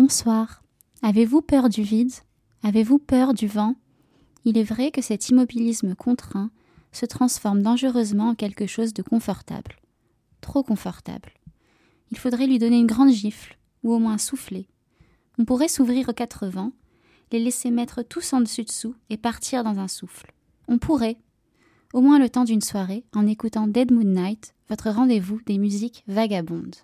Bonsoir. Avez-vous peur du vide ? Avez-vous peur du vent ? Il est vrai que cet immobilisme contraint se transforme dangereusement en quelque chose de confortable. Trop confortable. Il faudrait lui donner une grande gifle, ou au moins souffler. On pourrait s'ouvrir aux 4 vents, les laisser mettre tous en dessus-dessous et partir dans un souffle. On pourrait, au moins le temps d'une soirée, en écoutant Dead Moon Night, votre rendez-vous des musiques vagabondes.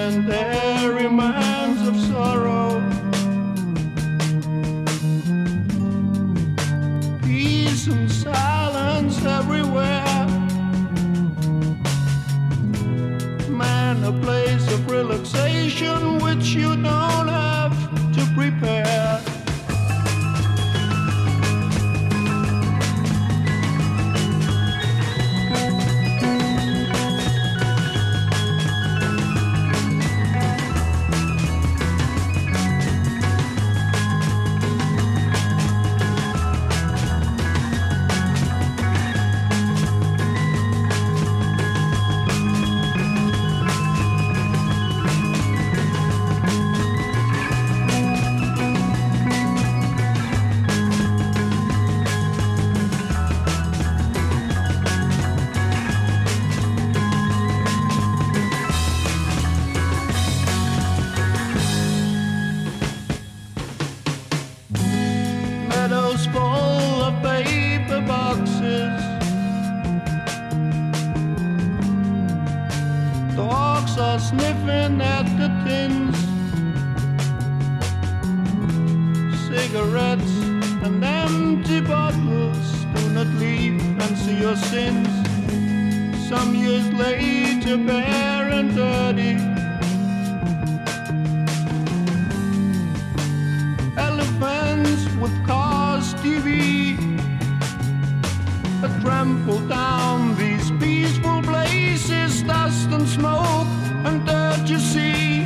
legendary minds of sorrow. Peace and silence everywhere. Man, a place of relaxation which you don't have to prepare. Meadows full of paper boxes. Dogs are sniffing at the tins. Cigarettes and empty bottles. Do not leave and see your sins. Some years later, bare and dirty. Elephants with cars, TV, that trample down these peaceful places. Dust and smoke and dirt you see.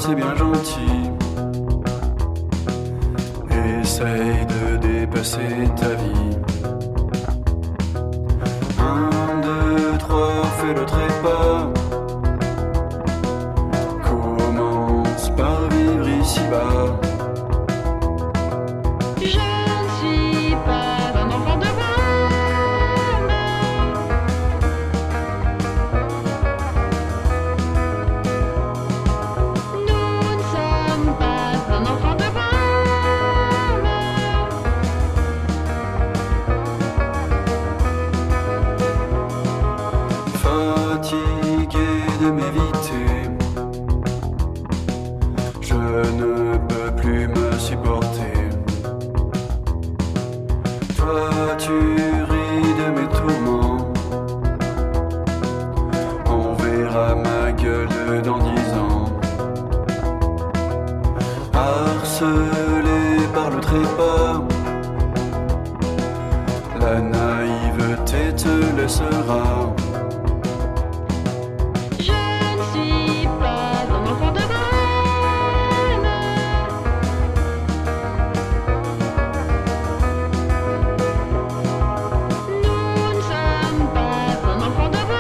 c'est bien gentil. Essaye de dépasser ta vie. 1, 2, 3, fais le trépas. Commence par vivre ici-bas. Harcelé par le trépas, la naïveté te laissera. Je ne suis pas un enfant de bonne. Nous ne sommes pas un enfant de bonne.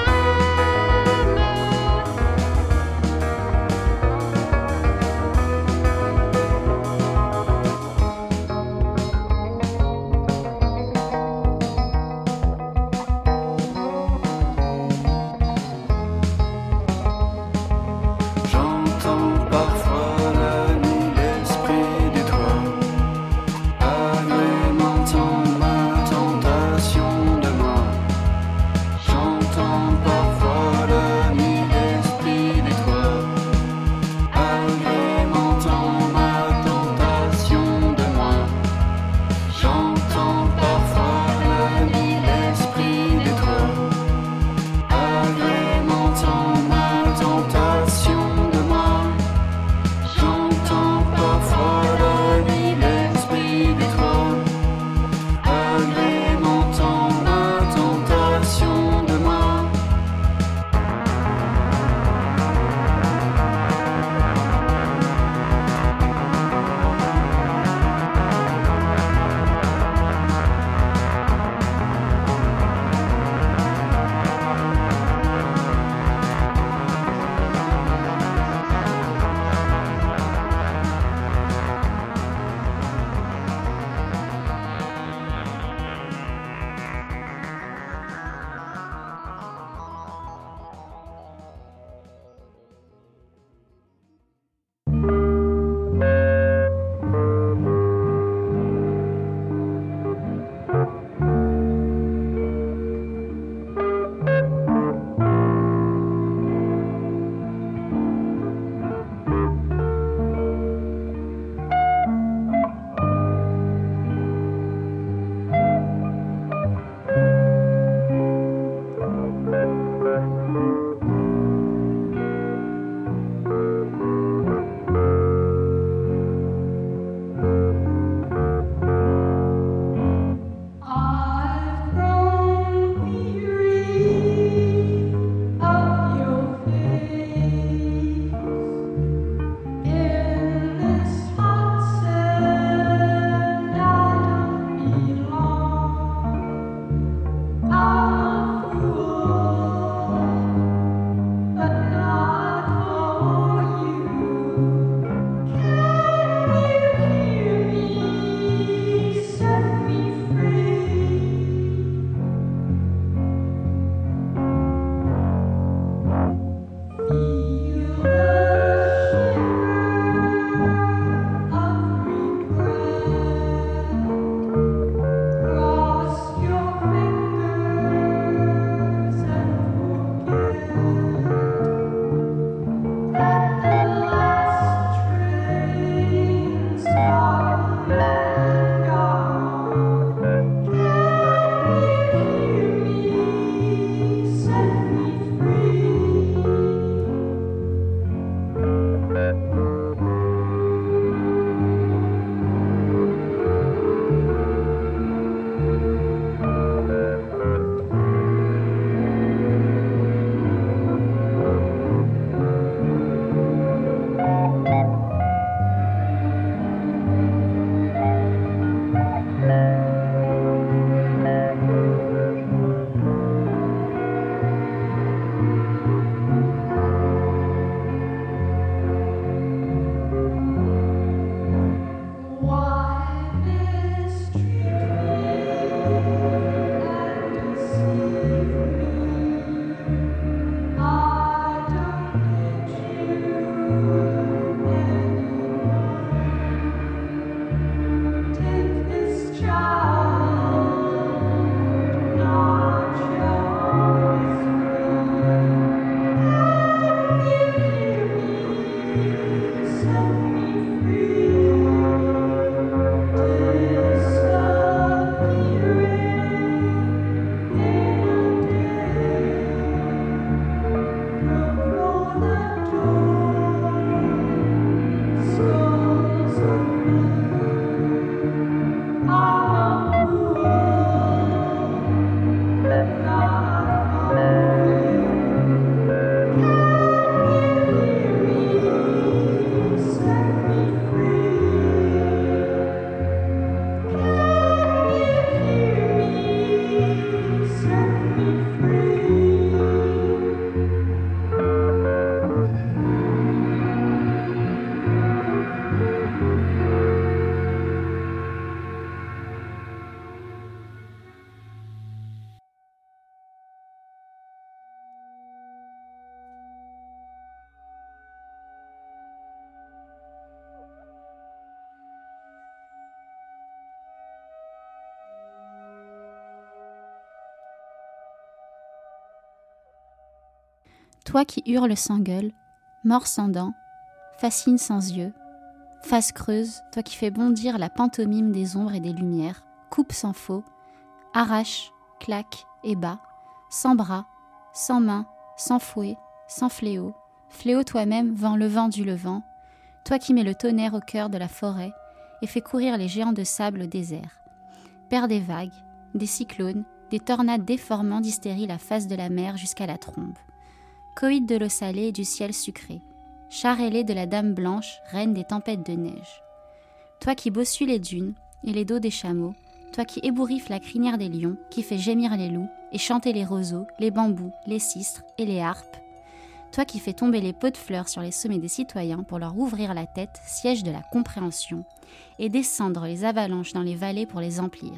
Toi qui hurles sans gueule, mort sans dents, fascine sans yeux, face creuse, toi qui fais bondir la pantomime des ombres et des lumières, coupe sans faux, arrache, claque et bat, sans bras, sans main, sans fouet, sans fléau, fléau toi-même, vent levant du levant, toi qui mets le tonnerre au cœur de la forêt et fais courir les géants de sable au désert. Père des vagues, des cyclones, des tornades déformant d'hystérie la face de la mer jusqu'à la trombe. Coïde de l'eau salée et du ciel sucré, char ailé de la dame blanche, reine des tempêtes de neige. Toi qui bossues les dunes et les dos des chameaux, toi qui ébouriffes la crinière des lions, qui fait gémir les loups et chanter les roseaux, les bambous, les sistres et les harpes. Toi qui fais tomber les pots de fleurs sur les sommets des citoyens pour leur ouvrir la tête, siège de la compréhension, et descendre les avalanches dans les vallées pour les emplir.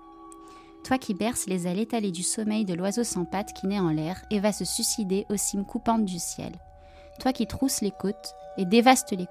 Toi qui berces les ailes étalées du sommeil de l'oiseau sans pattes qui naît en l'air et va se suicider aux cimes coupantes du ciel. Toi qui trousses les côtes et dévastes les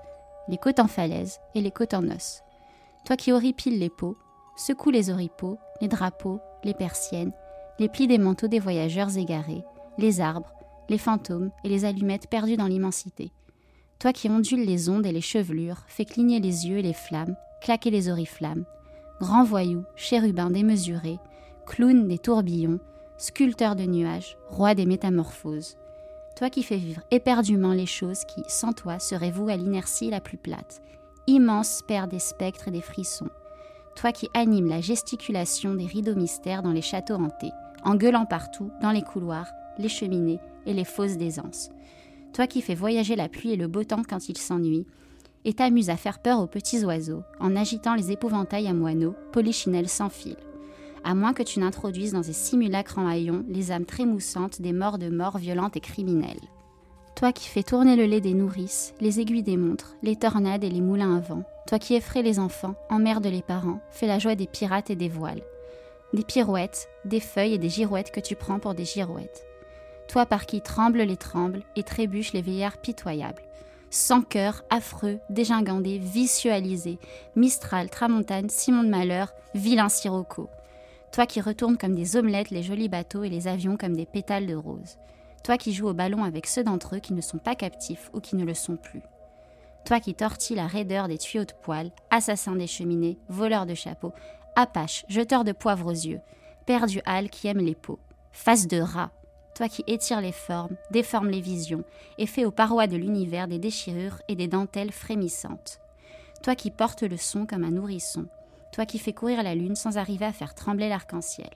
côtes en falaise et les côtes en os. Toi qui horripiles les peaux, secoues les oripeaux, les drapeaux, les persiennes, les plis des manteaux des voyageurs égarés, les arbres, les fantômes et les allumettes perdues dans l'immensité. Toi qui ondules les ondes et les chevelures, fais cligner les yeux et les flammes, claquer les oriflammes, grand voyou, chérubin démesuré, clown des tourbillons, sculpteur de nuages, roi des métamorphoses. Toi qui fais vivre éperdument les choses qui, sans toi, seraient vouées à l'inertie la plus plate, immense père des spectres et des frissons. Toi qui animes la gesticulation des rideaux mystères dans les châteaux hantés, en gueulant partout, dans les couloirs, les cheminées et les fosses d'aisance. Toi qui fais voyager la pluie et le beau temps quand ils s'ennuient, et t'amuses à faire peur aux petits oiseaux en agitant les épouvantails à moineaux, polichinelles sans fil. À moins que tu n'introduises dans ces simulacres en haillons les âmes trémoussantes des morts de morts violentes et criminelles. Toi qui fais tourner le lait des nourrices, les aiguilles des montres, les tornades et les moulins à vent. Toi qui effraies les enfants, emmerdes les parents, fais la joie des pirates et des voiles. Des pirouettes, des feuilles et des girouettes que tu prends pour des girouettes. Toi par qui tremblent les trembles et trébuchent les vieillards pitoyables. Sans cœur, affreux, dégingandé, visualisé, Mistral, Tramontane, Simon de Malheur, vilain sirocco. Toi qui retournes comme des omelettes les jolis bateaux et les avions comme des pétales de rose. Toi qui joues au ballon avec ceux d'entre eux qui ne sont pas captifs ou qui ne le sont plus. Toi qui tortilles la raideur des tuyaux de poêle, assassin des cheminées, voleur de chapeaux, apache, jeteur de poivre aux yeux, père du hâle qui aime les peaux, face de rat. Toi qui étires les formes, déformes les visions et fais aux parois de l'univers des déchirures et des dentelles frémissantes. Toi qui portes le son comme un nourrisson. Toi qui fais courir la lune sans arriver à faire trembler l'arc-en-ciel.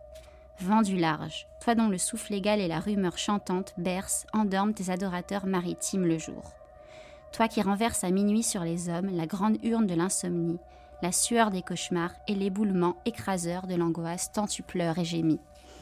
Vent du large, toi dont le souffle égal et la rumeur chantante bercent, endorment tes adorateurs maritimes le jour. Toi qui renverses à minuit sur les hommes la grande urne de l'insomnie, la sueur des cauchemars et l'éboulement écraseur de l'angoisse tant tu pleures et gémis.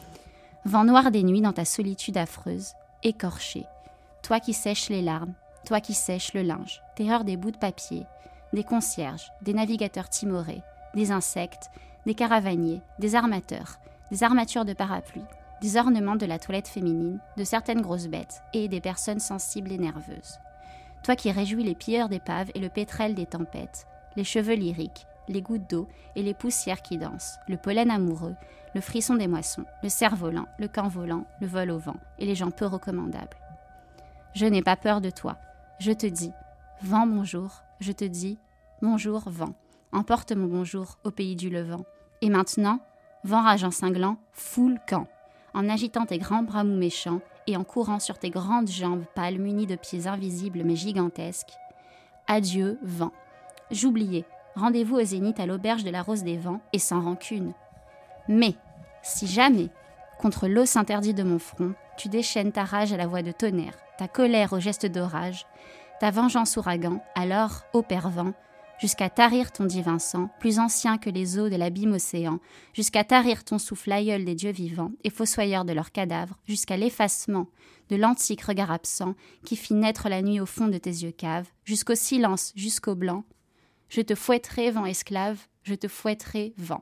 Vent noir des nuits dans ta solitude affreuse, écorché. Toi qui sèches les larmes, toi qui sèches le linge, terreur des bouts de papier, des concierges, des navigateurs timorés, des insectes, des caravaniers, des armateurs, des armatures de parapluies, des ornements de la toilette féminine, de certaines grosses bêtes et des personnes sensibles et nerveuses. Toi qui réjouis les pilleurs d'épaves et le pétrel des tempêtes, les cheveux lyriques, les gouttes d'eau et les poussières qui dansent, le pollen amoureux, le frisson des moissons, le cerf-volant, le camp volant, le vol au vent et les gens peu recommandables. Je n'ai pas peur de toi. Je te dis, vent bonjour, je te dis, bonjour vent. Emporte mon bonjour au pays du levant. Et maintenant, vent rageant cinglant, fous le camp, en agitant tes grands bras mous méchants et en courant sur tes grandes jambes pâles munies de pieds invisibles mais gigantesques. Adieu, vent. J'oubliais, rendez-vous au zénith à l'auberge de la Rose des Vents et sans rancune. Mais, si jamais, contre l'os interdit de mon front, tu déchaînes ta rage à la voix de tonnerre, ta colère au geste d'orage, ta vengeance ouragan, alors, ô père vent, jusqu'à tarir ton divin sang, plus ancien que les eaux de l'abîme océan, jusqu'à tarir ton souffle aïeul des dieux vivants et fossoyeur de leurs cadavres, jusqu'à l'effacement de l'antique regard absent qui fit naître la nuit au fond de tes yeux caves, jusqu'au silence, jusqu'au blanc. Je te fouetterai, vent esclave, je te fouetterai, vent.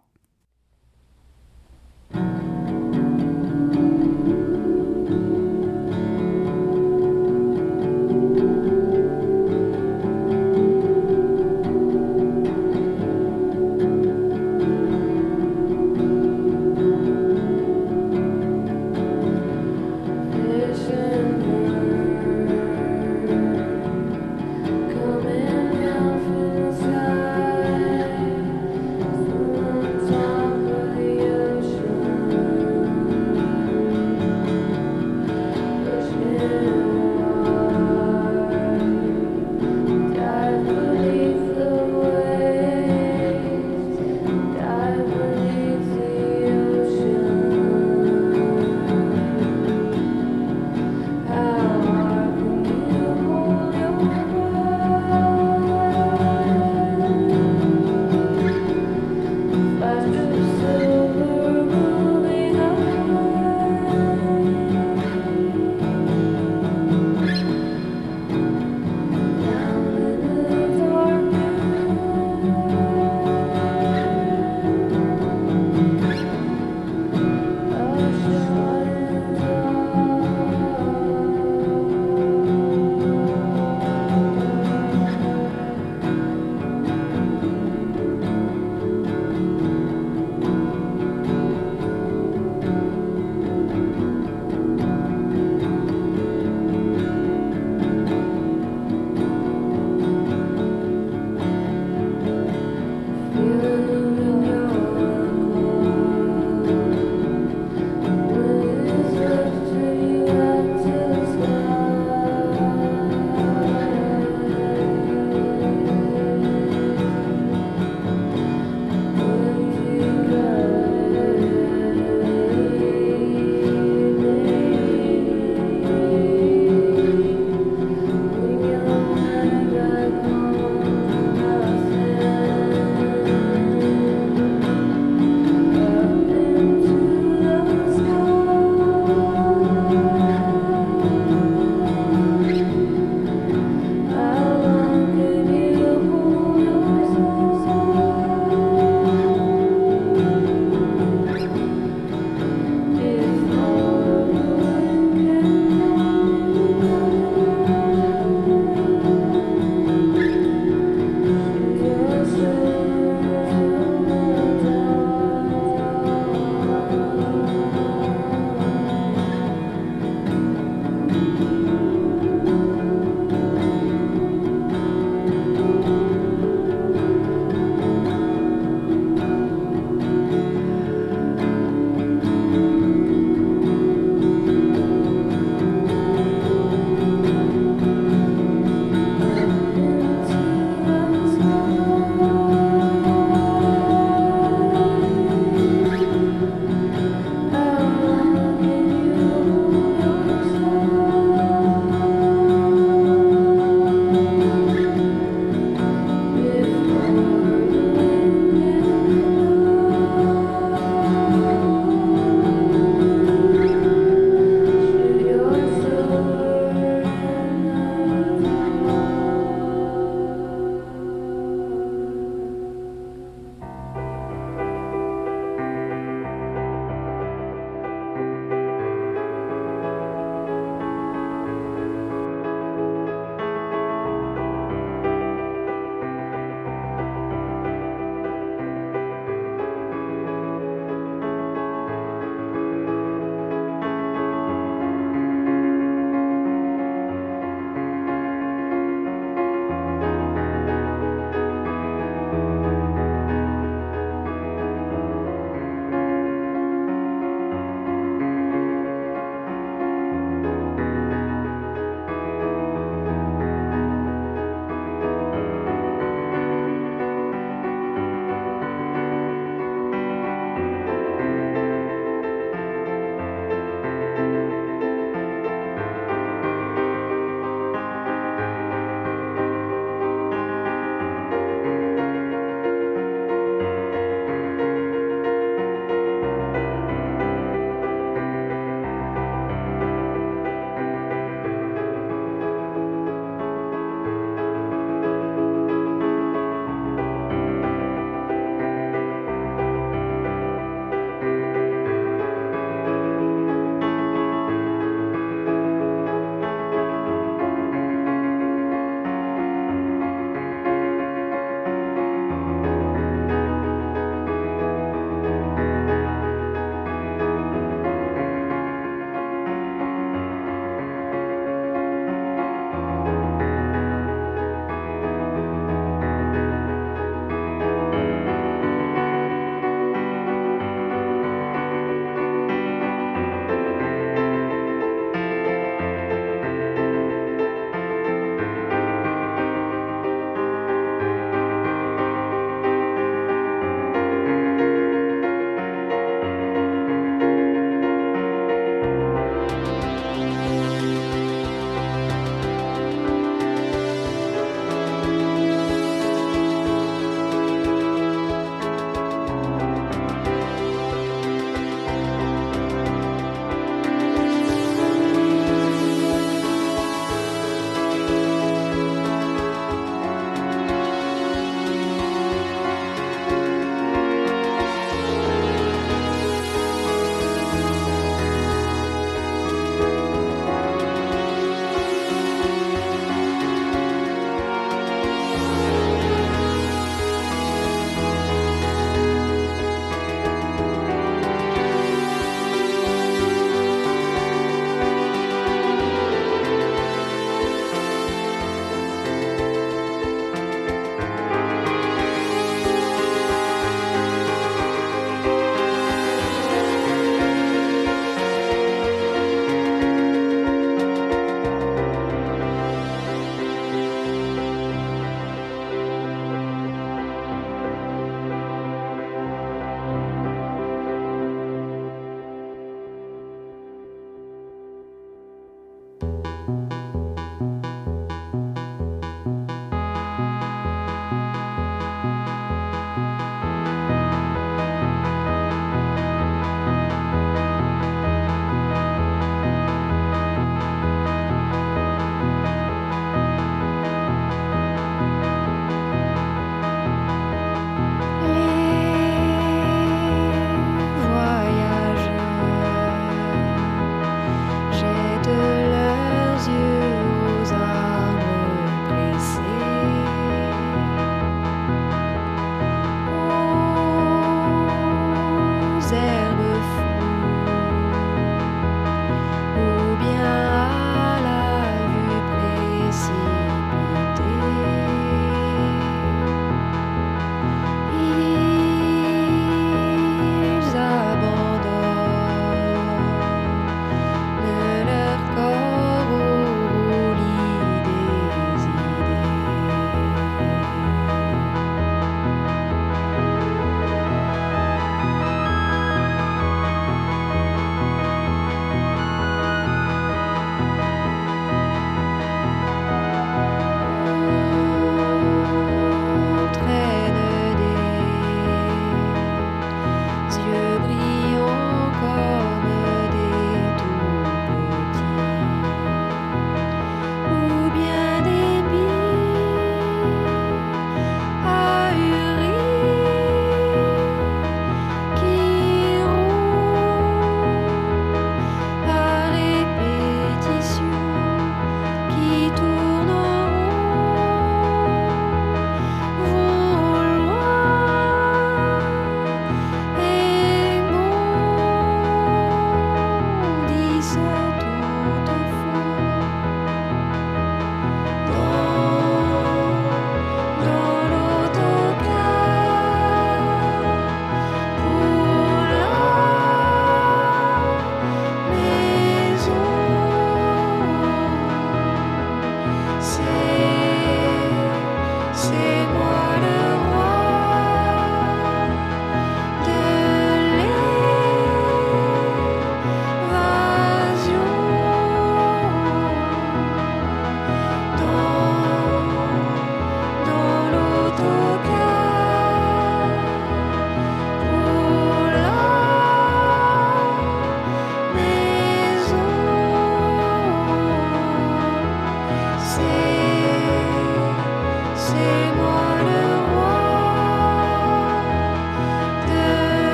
Coming down from the sky.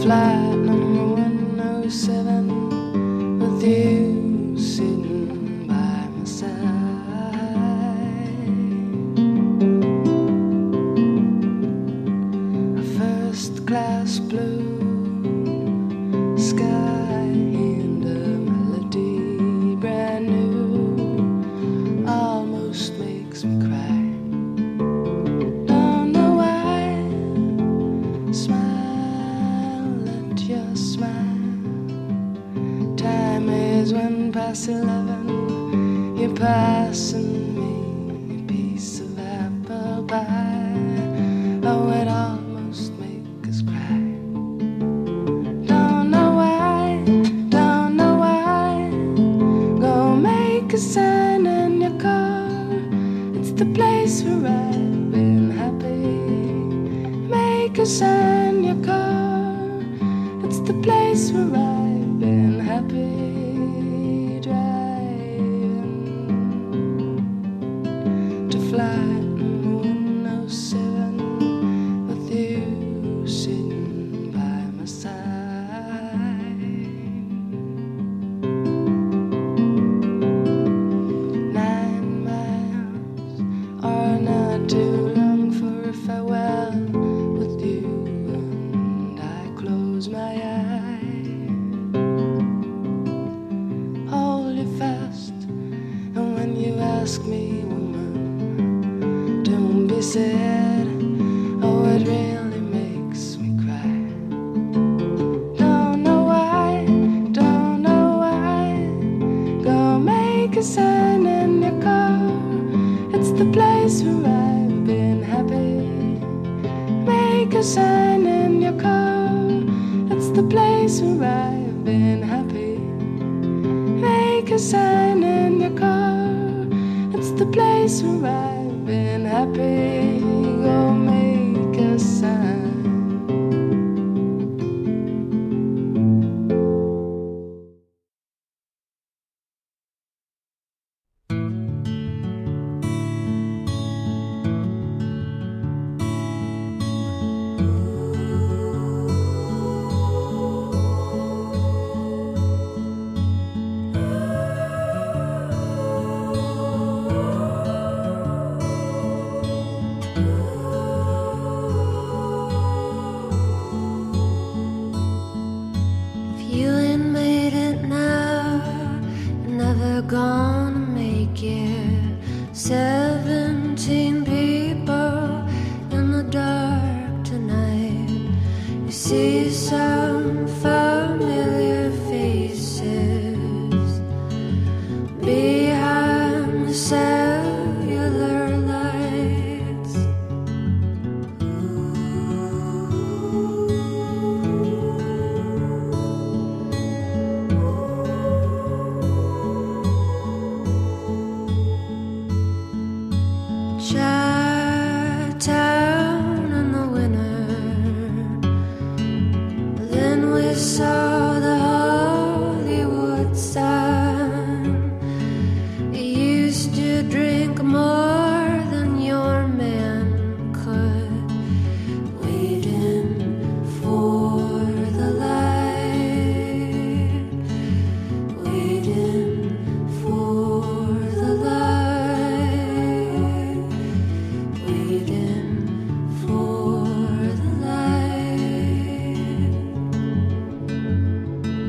flight number 107 with you sitting by my side. A first class blue sky and a melody brand new almost makes me cry. Don't know why. Smile at your smile. Time is 11. You're passing me a piece of apple pie. Oh, it almost makes us cry. Don't know why. Go make a sign in your car. It's the place where I've been happy. Make a sign in your car. It's the place where I've been happy. Driving to flight number 107 with you sitting by my side. 9 miles are not too long for a farewell with you, and I close my eyes, hold you fast, and when you ask me, woman, don't be sad. Oh, it really makes me cry. Don't know why. Go make a sign in your car. It's the place where I've been happy. Make a sign in your car. It's the place where I've been happy. Make a sign in your car. It's the place where I've been happy. Go make a sign. If you ain't made it now, you're never gonna make it. 17 people in the dark tonight. You see some familiar faces behind the cellular lights. Chi-town in the winter. Then we saw the Hollywood sign. You used to drink more than your man could, waiting for the light, waiting for the light, waiting for the light.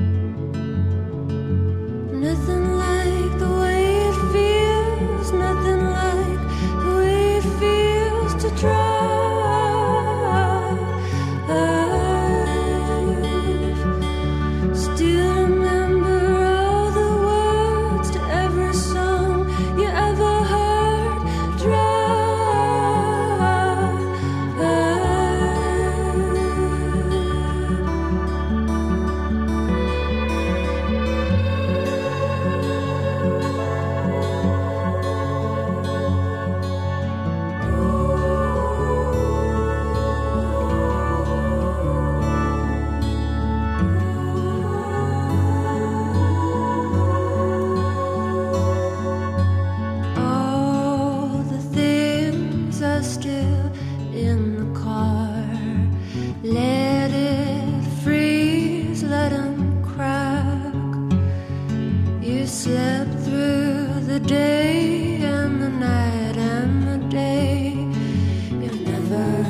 day and the night and the day. You're never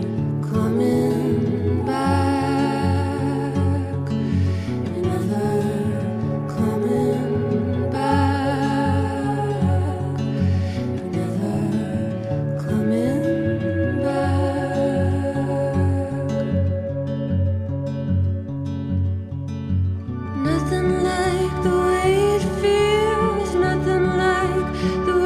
coming back. You're never coming back. You're never coming back. Nothing like the way it feels, nothing like the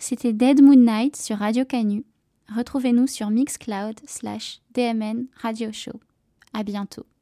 C'était Dead Moon Night sur Radio Canu. Retrouvez-nous sur Mixcloud/DMN Radio Show. À bientôt.